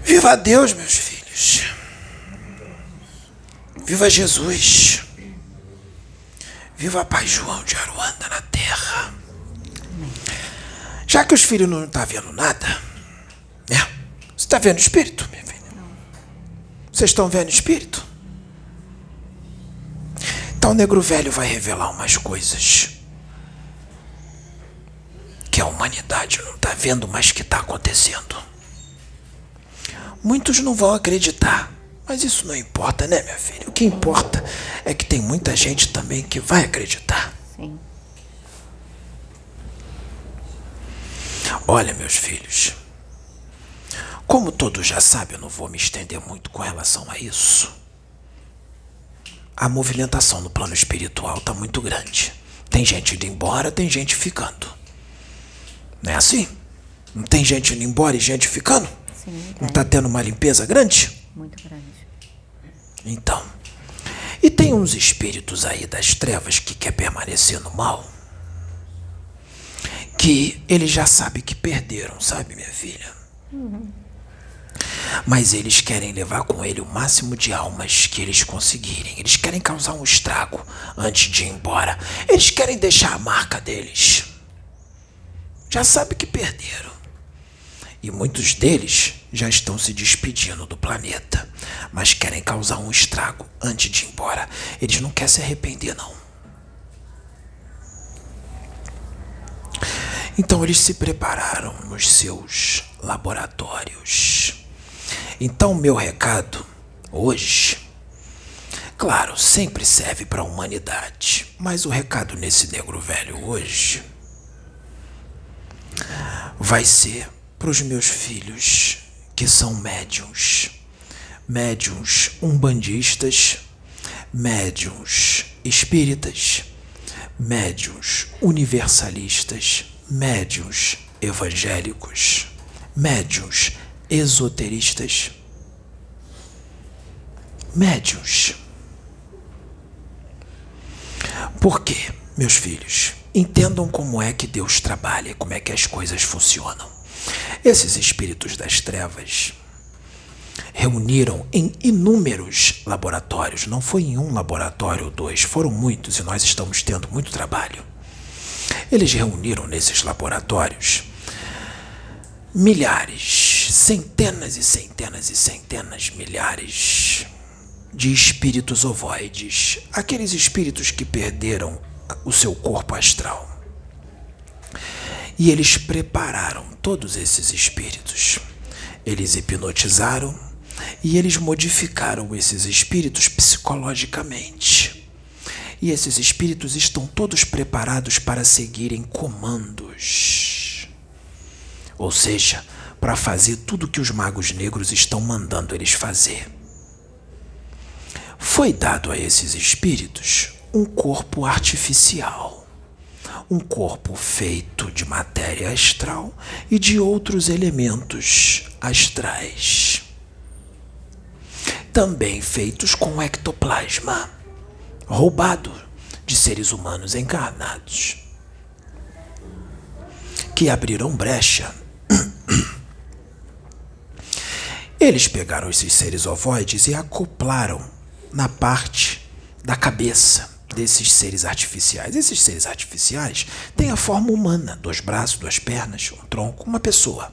Viva Deus, meus filhos. Viva Jesus. Viva a Pai João de Aruanda na terra. Já que os filhos não estão vendo nada, né? Você está vendo espírito, minha filha? Vocês estão vendo espírito? Então o negro velho vai revelar umas coisas que a humanidade não está vendo, mas que está acontecendo. Muitos não vão acreditar, mas isso não importa, né, minha filha? O que importa é que tem muita gente também que vai acreditar. Sim. Olha, meus filhos, como todos já sabem, eu não vou me estender muito com relação a isso. A movimentação no plano espiritual está muito grande. Tem gente indo embora, tem gente ficando. Não é assim? Não tem gente indo embora e gente ficando? Sim, não está tendo uma limpeza grande? Muito grande. Então, e tem uns espíritos aí das trevas que quer permanecer no mal, que eles já sabem que perderam, sabe, minha filha? Mas eles querem levar com ele o máximo de almas que eles conseguirem. Eles querem causar um estrago antes de ir embora. Eles querem deixar a marca deles. Já sabem que perderam. E muitos deles já estão se despedindo do planeta, mas querem causar um estrago antes de ir embora. Eles não querem se arrepender, não. Então eles se prepararam nos seus laboratórios. Então meu recado hoje, claro, sempre serve para a humanidade, mas o recado nesse negro velho hoje vai ser para os meus filhos que são médiuns, médiuns umbandistas, médiuns espíritas, médiuns universalistas, médiuns evangélicos, médiuns esoteristas, médiuns. Por quê, meus filhos? Entendam como é que Deus trabalha, como é que as coisas funcionam. Esses espíritos das trevas reuniram em inúmeros laboratórios, não foi em um laboratório ou dois, foram muitos e nós estamos tendo muito trabalho. Eles reuniram nesses laboratórios milhares, centenas e centenas e centenas, milhares de espíritos ovoides, aqueles espíritos que perderam o seu corpo astral. E eles prepararam todos esses espíritos. Eles hipnotizaram e eles modificaram esses espíritos psicologicamente. E esses espíritos estão todos preparados para seguirem comandos. Ou seja, para fazer tudo que os magos negros estão mandando eles fazer. Foi dado a esses espíritos um corpo artificial. Um corpo feito de matéria astral e de outros elementos astrais. Também feitos com ectoplasma, roubado de seres humanos encarnados, que abriram brecha. Eles pegaram esses seres ovoides e acoplaram na parte da cabeça desses seres artificiais. Esses seres artificiais têm a forma humana, 2 braços, 2 pernas, um tronco, uma pessoa.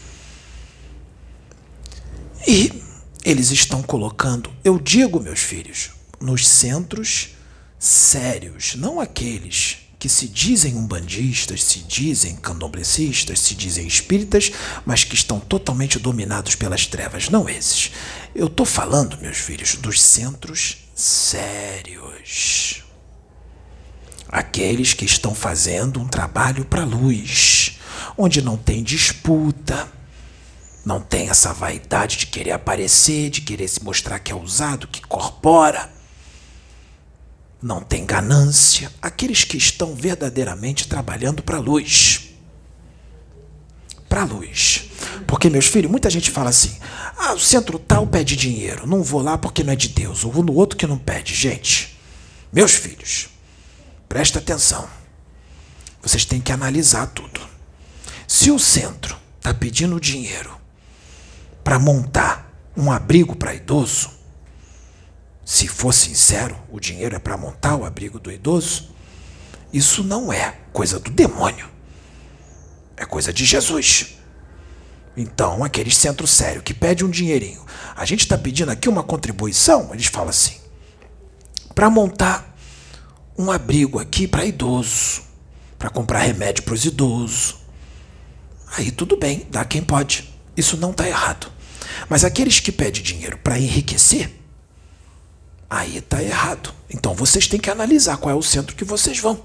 E eles estão colocando, eu digo, meus filhos, nos centros sérios, não aqueles que se dizem umbandistas, se dizem candomblecistas, se dizem espíritas, mas que estão totalmente dominados pelas trevas, não esses. Eu estou falando, meus filhos, dos centros sérios. Aqueles que estão fazendo um trabalho para a luz, onde não tem disputa, não tem essa vaidade de querer aparecer, de querer se mostrar que é usado, que corpora, não tem ganância. Aqueles que estão verdadeiramente trabalhando para a luz. Para a luz. Porque, meus filhos, muita gente fala assim, o centro tal pede dinheiro, não vou lá porque não é de Deus, ou vou no outro que não pede. Gente, meus filhos, presta atenção. Vocês têm que analisar tudo. Se o centro está pedindo dinheiro para montar um abrigo para idoso, se for sincero, o dinheiro é para montar o abrigo do idoso, isso não é coisa do demônio, é coisa de Jesus. Então, aqueles centros sérios que pedem um dinheirinho, a gente está pedindo aqui uma contribuição, eles falam assim, para montar um abrigo aqui para idoso, para comprar remédio para os idosos. Aí tudo bem, dá quem pode, isso não está errado. Mas aqueles que pedem dinheiro para enriquecer, aí está errado. Então vocês têm que analisar qual é o centro que vocês vão.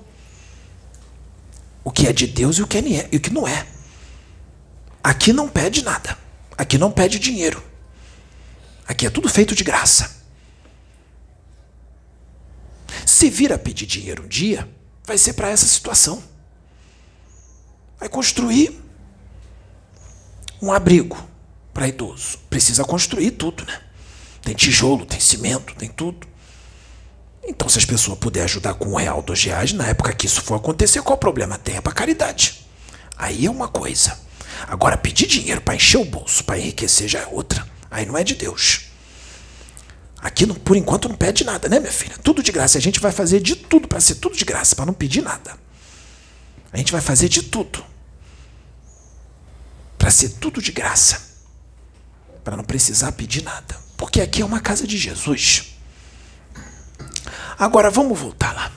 O que é de Deus e o que não é. Aqui não pede nada. Aqui não pede dinheiro. Aqui é tudo feito de graça. Se vir a pedir dinheiro um dia, vai ser para essa situação. Vai construir um abrigo para idoso. Precisa construir tudo, né? Tem tijolo, tem cimento, tem tudo. Então, se as pessoas puderem ajudar com R$1, R$2, na época que isso for acontecer, qual o problema? Tem é para caridade. Aí é uma coisa. Agora, pedir dinheiro para encher o bolso, para enriquecer, já é outra. Aí não é de Deus. Aqui, por enquanto, não pede nada, né, minha filha? Tudo de graça. A gente vai fazer de tudo para ser tudo de graça, para não pedir nada. A gente vai fazer de tudo para ser tudo de graça, para não precisar pedir nada. Porque aqui é uma casa de Jesus. Agora, vamos voltar lá.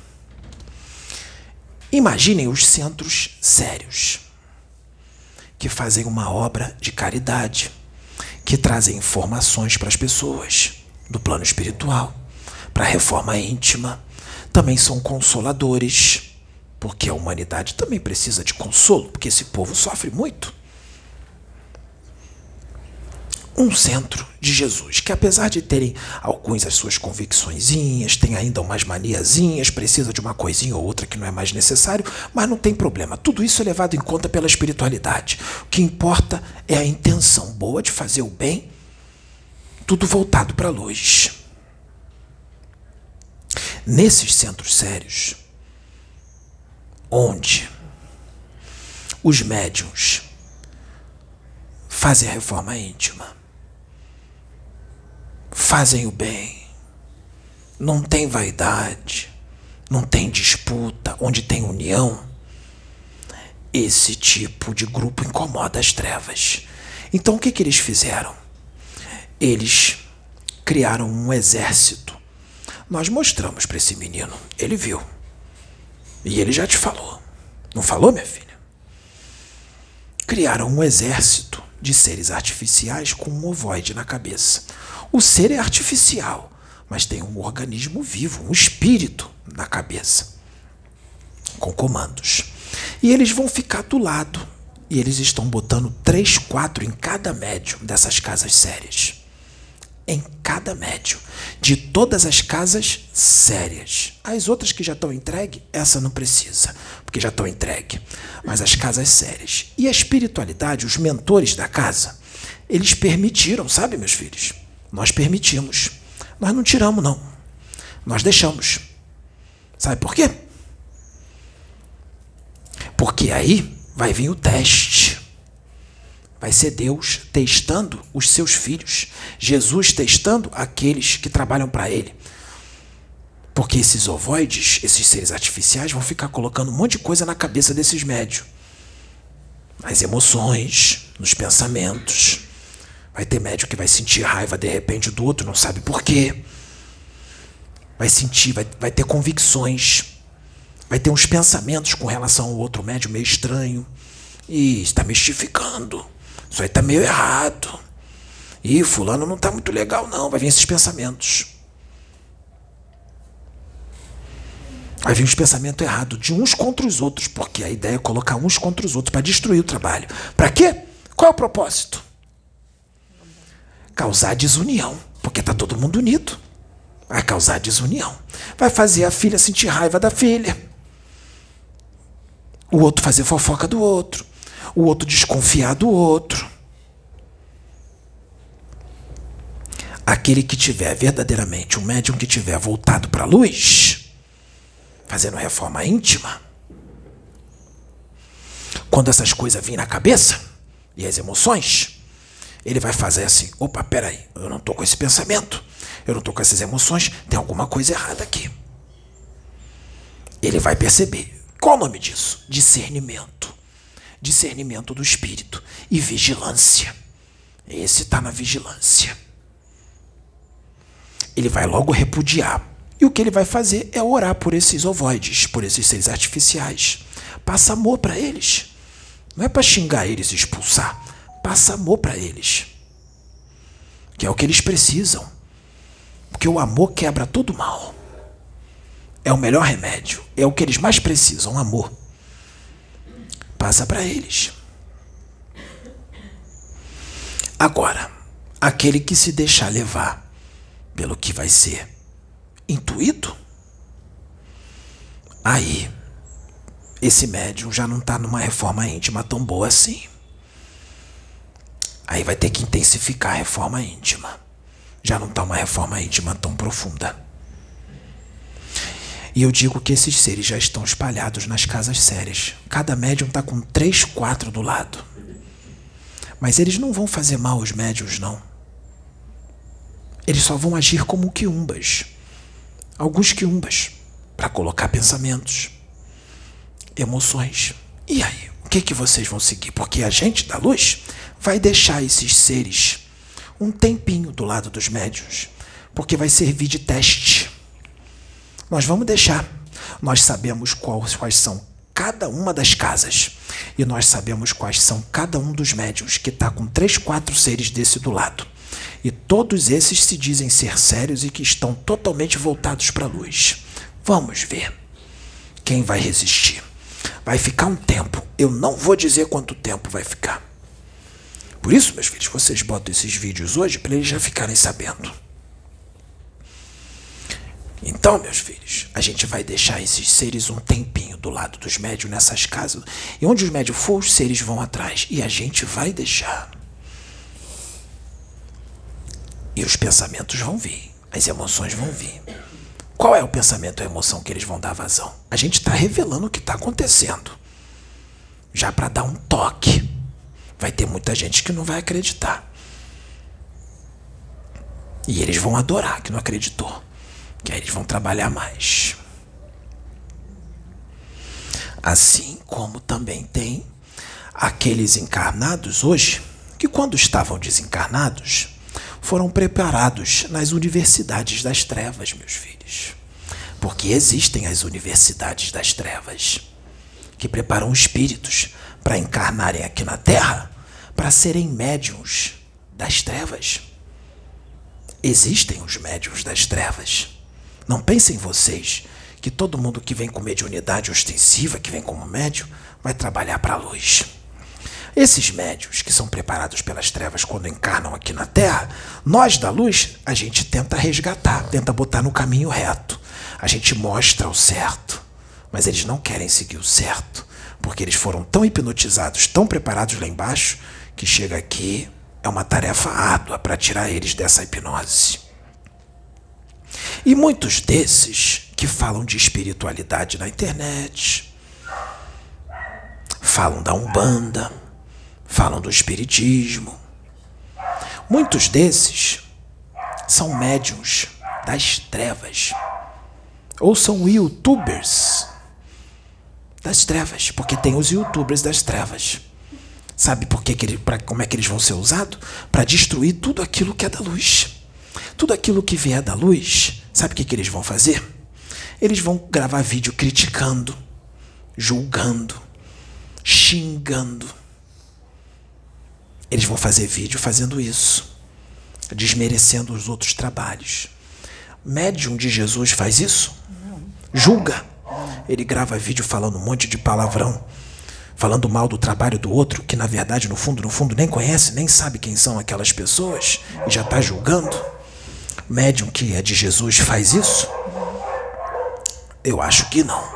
Imaginem os centros sérios, que fazem uma obra de caridade, que trazem informações para as pessoas do plano espiritual, para a reforma íntima, também são consoladores, porque a humanidade também precisa de consolo, porque esse povo sofre muito. Um centro de Jesus, que apesar de terem alguns as suas convicçõezinhas, tem ainda umas maniazinhas, precisa de uma coisinha ou outra que não é mais necessário, mas não tem problema. Tudo isso é levado em conta pela espiritualidade. O que importa é a intenção boa de fazer o bem, tudo voltado para a luz. Nesses centros sérios, onde os médiuns fazem a reforma íntima, fazem o bem, não tem vaidade, não tem disputa, onde tem união, esse tipo de grupo incomoda as trevas. Então o que eles fizeram? Eles criaram um exército. Nós mostramos para esse menino, ele viu, e ele já te falou, não falou, minha filha? Criaram um exército de seres artificiais com um ovoide na cabeça. O ser é artificial, mas tem um organismo vivo, um espírito na cabeça, com comandos. E eles vão ficar do lado, e eles estão botando 3, 4 em cada médium dessas casas sérias. Em cada médium, de todas as casas sérias. As outras que já estão entregues, essa não precisa, porque já estão entregues. Mas as casas sérias. E a espiritualidade, os mentores da casa, eles permitiram, sabe, meus filhos? Nós permitimos. Nós não tiramos, não. Nós deixamos. Sabe por quê? Porque aí vai vir o teste. Vai ser Deus testando os seus filhos. Jesus testando aqueles que trabalham para Ele. Porque esses ovoides, esses seres artificiais, vão ficar colocando um monte de coisa na cabeça desses médios. Nas emoções, nos pensamentos. Vai ter médium que vai sentir raiva de repente do outro, não sabe por quê. Vai sentir, vai ter convicções. Vai ter uns pensamentos com relação ao outro médium meio estranho. Ih, está mistificando. Isso aí está meio errado. Ih, fulano não está muito legal não. Vai vir esses pensamentos. Vai vir uns pensamentos errados de uns contra os outros. Porque a ideia é colocar uns contra os outros para destruir o trabalho. Para quê? Qual é o propósito? Causar desunião. Porque está todo mundo unido. Vai causar desunião. Vai fazer a filha sentir raiva da filha. O outro fazer fofoca do outro. O outro desconfiar do outro. Aquele que tiver verdadeiramente, um médium que tiver voltado para a luz, fazendo reforma íntima, quando essas coisas virem na cabeça, e as emoções, Ele vai fazer assim, opa, peraí, eu não estou com esse pensamento, eu não estou com essas emoções, tem alguma coisa errada aqui. Ele vai perceber. Qual o nome disso? Discernimento. Discernimento do espírito e vigilância. Esse está na vigilância. Ele vai logo repudiar. E o que ele vai fazer é orar por esses ovoides, por esses seres artificiais. Passa amor para eles. Não é para xingar eles e expulsar. Passa amor para eles. Que é o que eles precisam. Porque o amor quebra todo mal. É o melhor remédio. É o que eles mais precisam, amor. Passa para eles. Agora, aquele que se deixar levar pelo que vai ser intuído, aí esse médium já não está numa reforma íntima tão boa assim. Aí vai ter que intensificar a reforma íntima. Já não está uma reforma íntima tão profunda. E eu digo que esses seres já estão espalhados nas casas sérias. Cada médium está com 3, 4 do lado. Mas eles não vão fazer mal aos médiuns, não. Eles só vão agir como quiumbas. Alguns quiumbas. Para colocar pensamentos, emoções. E aí, o que vocês vão seguir? Porque a gente da luz vai deixar esses seres um tempinho do lado dos médiuns. Porque vai servir de teste. Nós vamos deixar. Nós sabemos quais são cada uma das casas. E nós sabemos quais são cada um dos médiuns que está com 3, 4 seres desse do lado. E todos esses se dizem ser sérios e que estão totalmente voltados para a luz. Vamos ver quem vai resistir. Vai ficar um tempo. Eu não vou dizer quanto tempo vai ficar. Por isso, meus filhos, vocês botam esses vídeos hoje para eles já ficarem sabendo. Então, meus filhos, a gente vai deixar esses seres um tempinho do lado dos médios nessas casas. E onde os médios for, os seres vão atrás. E a gente vai deixar. E os pensamentos vão vir. As emoções vão vir. Qual é o pensamento ou a emoção que eles vão dar vazão? A gente está revelando o que está acontecendo. Já para dar um toque. Vai ter muita gente que não vai acreditar. E eles vão adorar que não acreditou. Que aí eles vão trabalhar mais. Assim como também tem aqueles encarnados hoje, que quando estavam desencarnados, foram preparados nas universidades das trevas, meus filhos. Porque existem as universidades das trevas, que preparam espíritos para encarnarem aqui na Terra, para serem médiuns das trevas. Existem os médiuns das trevas. Não pensem vocês que todo mundo que vem com mediunidade ostensiva, que vem como médium, vai trabalhar para a luz. Esses médiuns que são preparados pelas trevas quando encarnam aqui na Terra, nós da luz, a gente tenta resgatar, tenta botar no caminho reto. A gente mostra o certo, mas eles não querem seguir o certo, porque eles foram tão hipnotizados, tão preparados lá embaixo, que chega aqui, é uma tarefa árdua para tirar eles dessa hipnose. E muitos desses que falam de espiritualidade na internet, falam da Umbanda, falam do espiritismo, muitos desses são médiuns das trevas, ou são youtubers das trevas, porque tem os youtubers das trevas. Sabe por que como é que eles vão ser usados? Para destruir tudo aquilo que é da luz. Tudo aquilo que vier da luz, sabe o que eles vão fazer? Eles vão gravar vídeo criticando, julgando, xingando. Eles vão fazer vídeo fazendo isso, desmerecendo os outros trabalhos. Médium de Jesus faz isso? Julga. Ele grava vídeo falando um monte de palavrão, falando mal do trabalho do outro, que na verdade, no fundo, nem conhece, nem sabe quem são aquelas pessoas, e já está julgando. Médium que é de Jesus faz isso? Eu acho que não.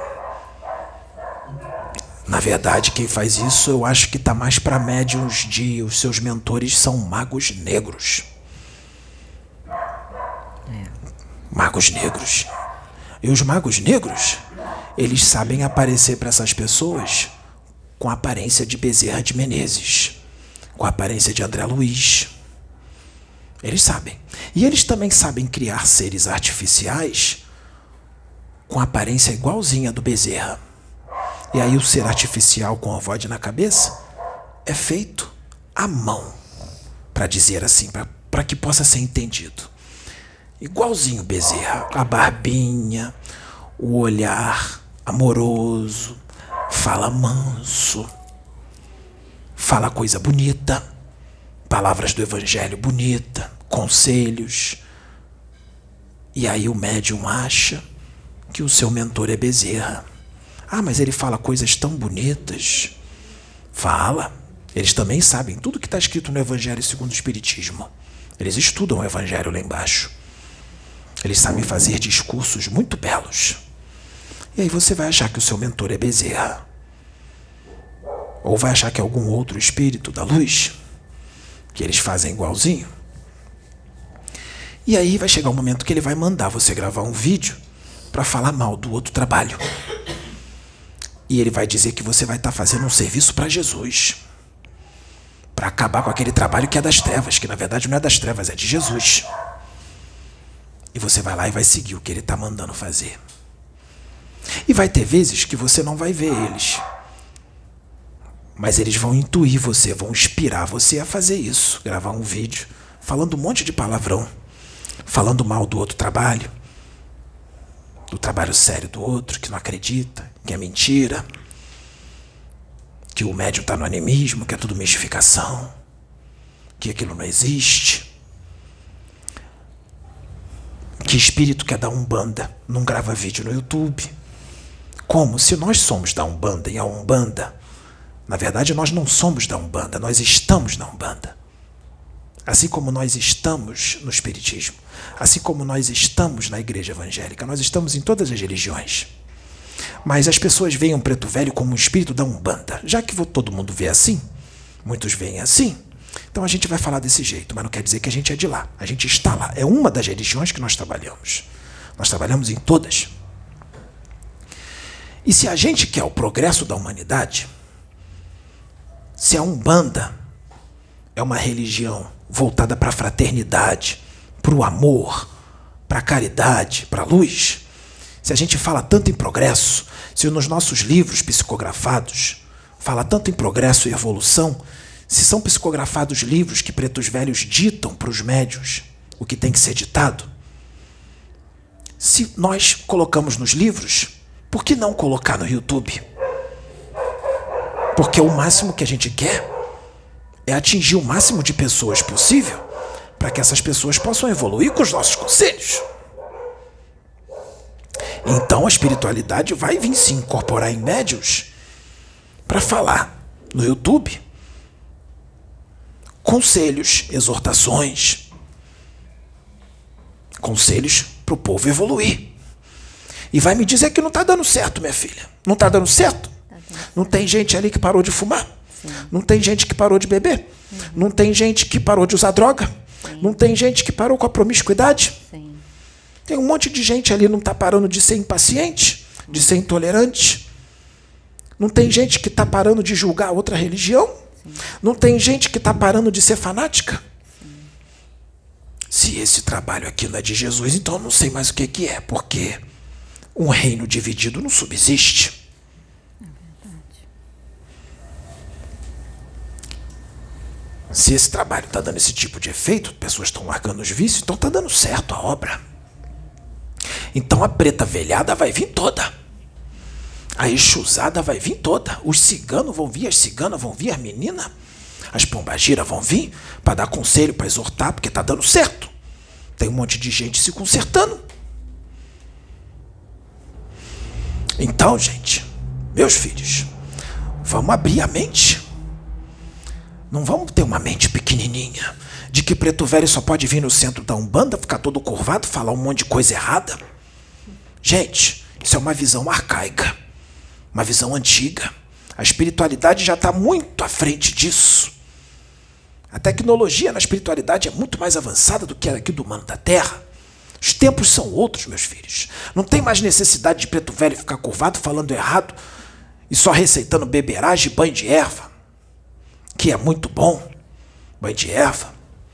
Na verdade, quem faz isso, eu acho que está mais para médiuns de... Os seus mentores são magos negros. Magos negros. E os magos negros, eles sabem aparecer para essas pessoas com a aparência de Bezerra de Menezes, com a aparência de André Luiz, Eles sabem. E eles também sabem criar seres artificiais com aparência igualzinha do Bezerra. E aí o ser artificial com a voz na cabeça é feito à mão, para dizer assim, para que possa ser entendido. Igualzinho o Bezerra, a barbinha, o olhar amoroso, fala manso, fala coisa bonita, palavras do evangelho bonita, conselhos. E aí o médium acha que o seu mentor é Bezerra. Ah, mas ele fala coisas tão bonitas. Fala. Eles também sabem tudo que está escrito no Evangelho segundo o Espiritismo. Eles estudam o Evangelho lá embaixo. Eles sabem fazer discursos muito belos. E aí você vai achar que o seu mentor é Bezerra. Ou vai achar que é algum outro espírito da luz, que eles fazem igualzinho. E aí vai chegar um momento que ele vai mandar você gravar um vídeo para falar mal do outro trabalho. E ele vai dizer que você vai estar fazendo um serviço para Jesus, para acabar com aquele trabalho que é das trevas, que na verdade não é das trevas, é de Jesus. E você vai lá e vai seguir o que ele está mandando fazer. E vai ter vezes que você não vai ver eles, mas eles vão intuir você, vão inspirar você a fazer isso, gravar um vídeo falando um monte de palavrão, falando mal do outro trabalho, do trabalho sério do outro, que não acredita, que é mentira, que o médium está no animismo, que é tudo mistificação, que aquilo não existe, que espírito que é da Umbanda não grava vídeo no YouTube. Como? Se nós somos da Umbanda e a Umbanda, na verdade nós não somos da Umbanda, nós estamos na Umbanda. Assim como nós estamos no Espiritismo, assim como nós estamos na Igreja Evangélica, nós estamos em todas as religiões. Mas as pessoas veem um preto velho como um espírito da Umbanda. Já que todo mundo vê assim, muitos veem assim, então a gente vai falar desse jeito, mas não quer dizer que a gente é de lá. A gente está lá. É uma das religiões que nós trabalhamos. Nós trabalhamos em todas. E se a gente quer o progresso da humanidade, se a Umbanda é uma religião voltada para a fraternidade, para o amor, para a caridade, para a luz, se a gente fala tanto em progresso, se nos nossos livros psicografados fala tanto em progresso e evolução, se são psicografados livros que pretos velhos ditam para os médiuns o que tem que ser ditado, se nós colocamos nos livros, por que não colocar no YouTube? Porque o máximo que a gente quer é atingir o máximo de pessoas possível para que essas pessoas possam evoluir com os nossos conselhos. Então a espiritualidade vai vir se incorporar em médiuns para falar no YouTube conselhos, exortações, conselhos para o povo evoluir. E vai me dizer que não está dando certo, minha filha. Não está dando certo? Não tem gente ali que parou de fumar? Sim. Não tem gente que parou de beber? Não tem gente que parou de usar droga? Sim. Não tem gente que parou com a promiscuidade? Sim. Tem um monte de gente ali que não está parando de ser impaciente, de ser intolerante. Não tem gente que está parando de julgar outra religião? Sim. Não tem gente que está parando de ser fanática? Sim. Se esse trabalho aqui não é de Jesus, então eu não sei mais o que é, porque um reino dividido não subsiste. Se esse trabalho está dando esse tipo de efeito, pessoas estão largando os vícios, então está dando certo a obra. Então a preta velhada vai vir toda. A exusada vai vir toda. Os ciganos vão vir, as ciganas vão vir, as meninas, as pombagiras vão vir para dar conselho, para exortar, porque está dando certo. Tem um monte de gente se consertando. Então, gente, meus filhos, vamos abrir a mente. Não vamos ter uma mente pequenininha, de que preto velho só pode vir no centro da Umbanda, ficar todo curvado, falar um monte de coisa errada. Gente, isso é uma visão arcaica, uma visão antiga. A espiritualidade já está muito à frente disso. A tecnologia na espiritualidade é muito mais avançada do que aqui do humano da Terra. Os tempos são outros, meus filhos. Não tem mais necessidade de preto velho ficar curvado, falando errado e só receitando beberagem e banho de erva, que é muito bom, banho de erva,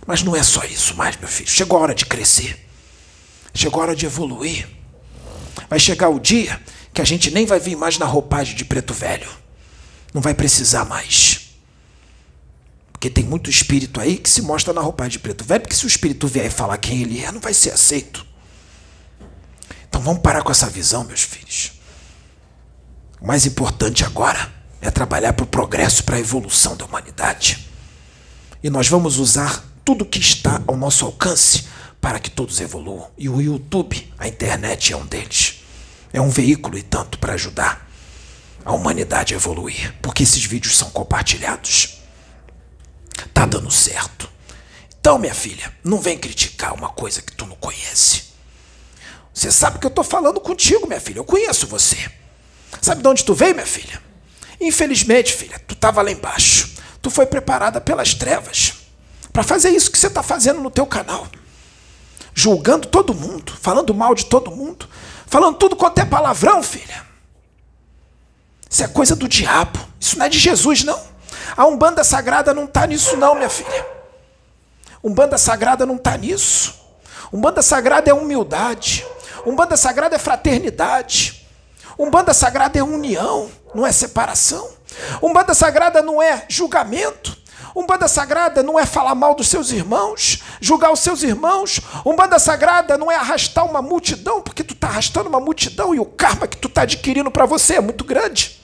Mas não é só isso mais, meu filho. Chegou a hora de crescer. Chegou a hora de evoluir. Vai chegar o dia que a gente nem vai vir mais na roupagem de preto velho. Não vai precisar mais. Porque tem muito espírito aí que se mostra na roupagem de preto velho, porque se o espírito vier e falar quem ele é, não vai ser aceito. Então vamos parar com essa visão, meus filhos. O mais importante agora é trabalhar para o progresso, para a evolução da humanidade. E nós vamos usar tudo que está ao nosso alcance para que todos evoluam. E o YouTube, a internet é um deles. É um veículo e tanto para ajudar a humanidade a evoluir. Porque esses vídeos são compartilhados. Tá dando certo. Então, minha filha, não vem criticar uma coisa que tu não conhece. Você sabe que eu tô falando contigo, minha filha. Eu conheço você. Sabe de onde tu veio, minha filha? Infelizmente, filha, tu estava lá embaixo. Tu foi preparada pelas trevas para fazer isso que você está fazendo no teu canal. Julgando todo mundo, falando mal de todo mundo, falando tudo quanto é palavrão, filha. Isso é coisa do diabo. Isso não é de Jesus, não. A Umbanda Sagrada não está nisso, não, minha filha. Umbanda Sagrada não está nisso. Umbanda Sagrada é humildade. Umbanda Sagrada é fraternidade. Umbanda Sagrada é união, não é separação. Umbanda Sagrada não é julgamento. Umbanda Sagrada não é falar mal dos seus irmãos, julgar os seus irmãos. Umbanda Sagrada não é arrastar uma multidão, porque tu está arrastando uma multidão e o karma que tu está adquirindo para você é muito grande.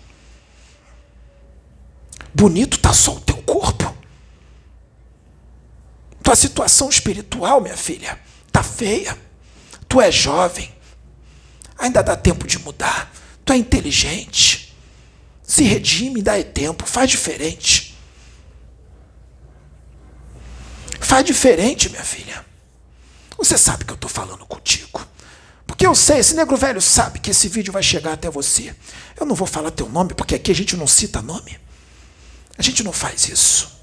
Bonito está só o teu corpo. Tua situação espiritual, minha filha, está feia. Tu é jovem. Ainda dá tempo de mudar. Tu é inteligente. Se redime, dá tempo. Faz diferente. Faz diferente, minha filha. Você sabe que eu estou falando contigo. Porque eu sei, esse negro velho sabe que esse vídeo vai chegar até você. Eu não vou falar teu nome, porque aqui a gente não cita nome. A gente não faz isso.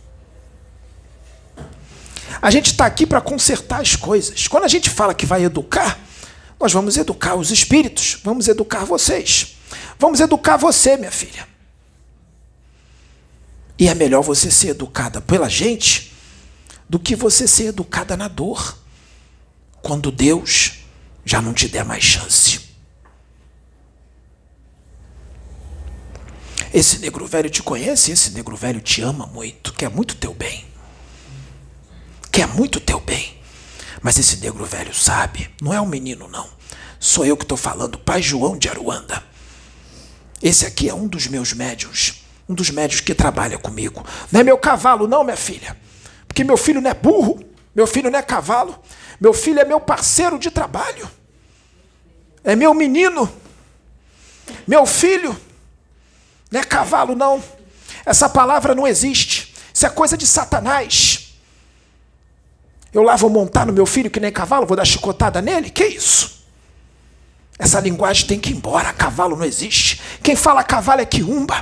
A gente está aqui para consertar as coisas. Quando a gente fala que vai educar, nós vamos educar os espíritos, vamos educar vocês. Vamos educar você, minha filha. E é melhor você ser educada pela gente do que você ser educada na dor, quando Deus já não te der mais chance. Esse negro velho te conhece, esse negro velho te ama muito, quer muito teu bem. Quer muito teu bem. Mas esse negro velho sabe, não é um menino não. Sou eu que estou falando, Pai João de Aruanda. Esse aqui é um dos meus médiuns, um dos médiuns que trabalha comigo. Não é meu cavalo não, minha filha. Porque meu filho não é burro, meu filho não é cavalo. Meu filho é meu parceiro de trabalho. É meu menino. Meu filho não é cavalo não. Essa palavra não existe. Isso é coisa de Satanás. Eu lá vou montar no meu filho que nem cavalo, vou dar chicotada nele? Que isso? Essa linguagem tem que ir embora. Cavalo não existe. Quem fala cavalo é quiumba.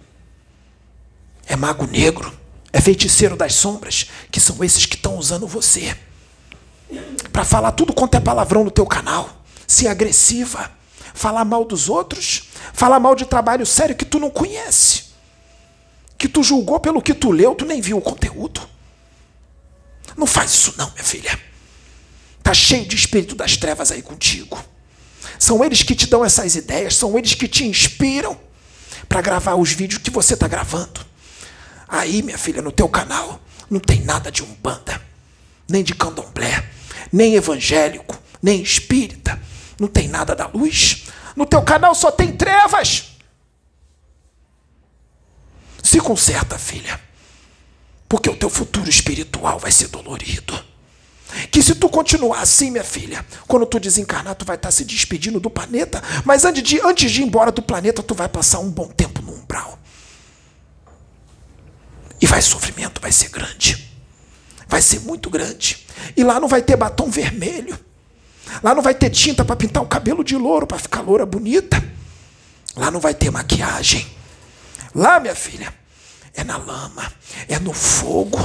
É mago negro. É feiticeiro das sombras. Que são esses que estão usando você para falar tudo quanto é palavrão no teu canal. Ser agressiva. Falar mal dos outros. Falar mal de trabalho sério que tu não conhece. Que tu julgou pelo que tu leu, tu nem viu o conteúdo. Não faz isso não, minha filha. Tá cheio de espírito das trevas aí contigo. São eles que te dão essas ideias, são eles que te inspiram para gravar os vídeos que você está gravando. Aí, minha filha, no teu canal, não tem nada de umbanda, nem de candomblé, nem evangélico, nem espírita. Não tem nada da luz. No teu canal só tem trevas. Se conserta, filha. Porque o teu futuro espiritual vai ser dolorido. Que se tu continuar assim, minha filha, quando tu desencarnar, tu vai estar se despedindo do planeta. Mas antes de ir embora do planeta, tu vai passar um bom tempo no umbral. E sofrimento vai ser grande. Vai ser muito grande. E lá não vai ter batom vermelho. Lá não vai ter tinta para pintar o cabelo de louro, para ficar loura bonita. Lá não vai ter maquiagem. Lá, minha filha, é na lama, é no fogo.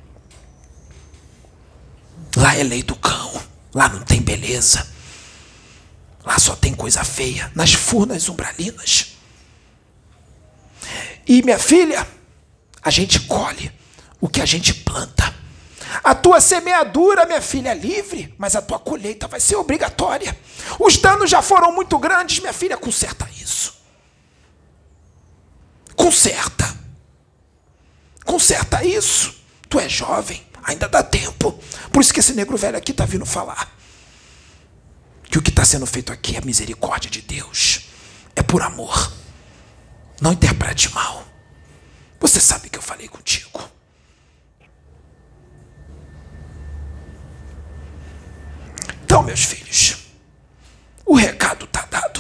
Lá é lei do cão. Lá não tem beleza. Lá só tem coisa feia. Nas furnas umbralinas. E, minha filha, a gente colhe o que a gente planta. A tua semeadura, minha filha, é livre, mas a tua colheita vai ser obrigatória. Os danos já foram muito grandes, minha filha, conserta isso. Conserta isso. Tu é jovem, ainda dá tempo. Por isso que esse negro velho aqui está vindo falar que o que está sendo feito aqui é misericórdia de Deus. É por amor. Não interprete mal. Você sabe que eu falei contigo. Então, meus filhos, o recado está dado.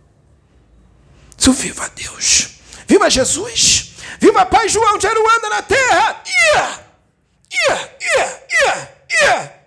Viva Deus. Viva Jesus. Viva Pai João de Aruanda na terra.